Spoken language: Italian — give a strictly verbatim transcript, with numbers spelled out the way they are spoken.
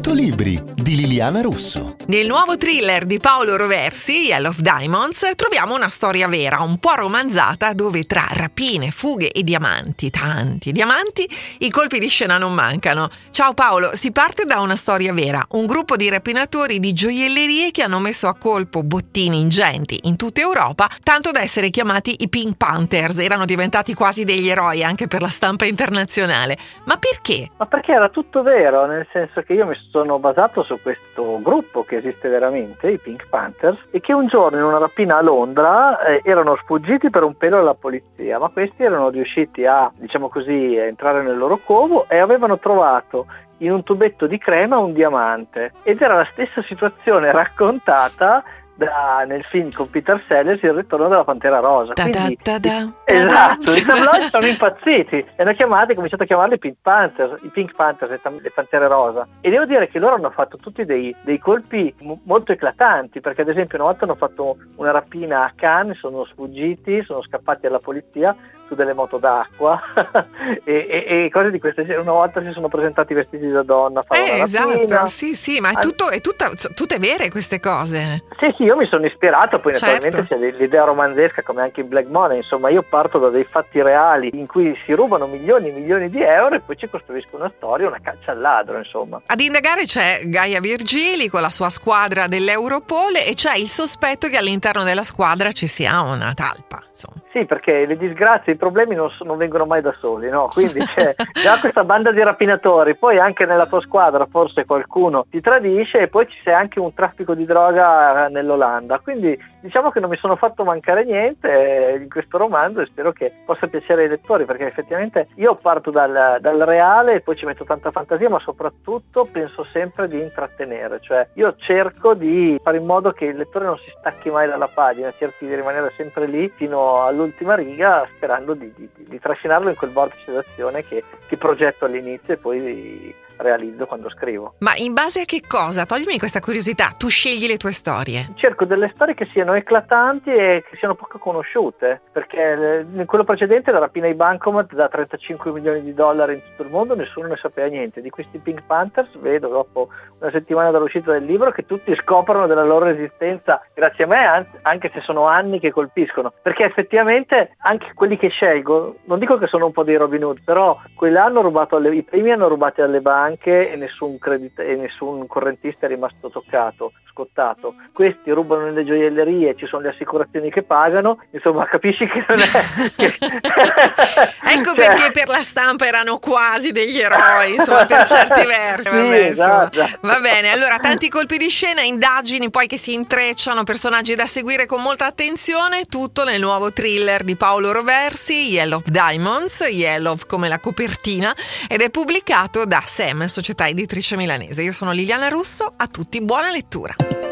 cento libri di Liliana Russo. Nel nuovo thriller di Paolo Roversi, Yellow of Diamonds, troviamo una storia vera, un po' romanzata, dove tra rapine, fughe e diamanti, tanti diamanti, i colpi di scena non mancano. Ciao Paolo, si parte da una storia vera, un gruppo di rapinatori di gioiellerie che hanno messo a colpo bottini ingenti in tutta Europa, tanto da essere chiamati i Pink Panthers. Erano diventati quasi degli eroi anche per la stampa internazionale. Ma perché? Ma perché era tutto vero, nel senso che io mi sono basato su questo gruppo che esiste veramente, i Pink Panthers, e che un giorno in una rapina a Londra eh, erano sfuggiti per un pelo alla polizia, ma questi erano riusciti a, diciamo così, a entrare nel loro covo e avevano trovato in un tubetto di crema un diamante, ed era la stessa situazione raccontata Da, nel film con Peter Sellers, Il ritorno della Pantera Rosa. Da, Quindi, da, da, da, esatto, da. i tabloid sono impazziti e hanno chiamato, cominciato a chiamarli Pink Panthers, i Pink Panthers, le, tam- le Pantere Rosa. E devo dire che loro hanno fatto tutti dei, dei colpi m- molto eclatanti, perché ad esempio una volta hanno fatto una rapina a Cannes, sono sfuggiti, sono scappati alla polizia su delle moto d'acqua e, e, e cose di questo genere. Una volta si sono presentati vestiti da donna a fare Eh, una esatto, rapina. sì, sì, ma è tutto, è tutta, tutte vere queste cose. Sì, sì, io mi sono ispirato, poi Certo. naturalmente c'è l'idea romanzesca come anche in Black Money, insomma io parto da dei fatti reali in cui si rubano milioni e milioni di euro e poi ci costruisco una storia, una caccia al ladro, insomma. Ad indagare c'è Gaia Virgili con la sua squadra dell'Europol e c'è il sospetto che all'interno della squadra ci sia una talpa, insomma. Sì, perché le disgrazie, i problemi non, non vengono mai da soli, no? Quindi c'è già questa banda di rapinatori, poi anche nella tua squadra forse qualcuno ti tradisce e poi ci c'è anche un traffico di droga nell'Olanda. Quindi diciamo che non mi sono fatto mancare niente in questo romanzo e spero che possa piacere ai lettori, perché effettivamente io parto dal, dal reale e poi ci metto tanta fantasia, ma soprattutto penso sempre di intrattenere, cioè io cerco di fare in modo che il lettore non si stacchi mai dalla pagina, cerchi di rimanere sempre lì fino all'ultima riga, sperando di, di, di trascinarlo in quel vortice d'azione che, che progetto all'inizio e poi realizzo quando scrivo. Ma in base a che cosa? Toglimi questa curiosità, tu scegli le tue storie. Cerco delle storie che siano eclatanti e che siano poco conosciute, perché in quello precedente, la rapina ai bancomat da trentacinque milioni di dollari in tutto il mondo, nessuno ne sapeva niente. Di questi Pink Panthers vedo dopo una settimana dall'uscita del libro che tutti scoprono della loro esistenza grazie a me, anche se sono anni che colpiscono, perché effettivamente anche quelli che scelgo, non dico che sono un po' dei Robin Hood, però quelli hanno rubato alle, i primi hanno rubati alle banche e nessun, credit- e nessun correntista è rimasto toccato, scottato. Questi rubano nelle gioiellerie, ci sono le assicurazioni che pagano, insomma capisci che non è che... Ecco cioè... perché per la stampa erano quasi degli eroi, insomma, per certi versi. Sì, Vabbè, insomma. esatto. Va bene, allora tanti colpi di scena, indagini poi che si intrecciano, personaggi da seguire con molta attenzione, tutto nel nuovo thriller di Paolo Roversi, Yellow of Diamonds, Yellow come la copertina, ed è pubblicato da Sam, società editrice milanese. Io sono Liliana Russo, a tutti buona lettura.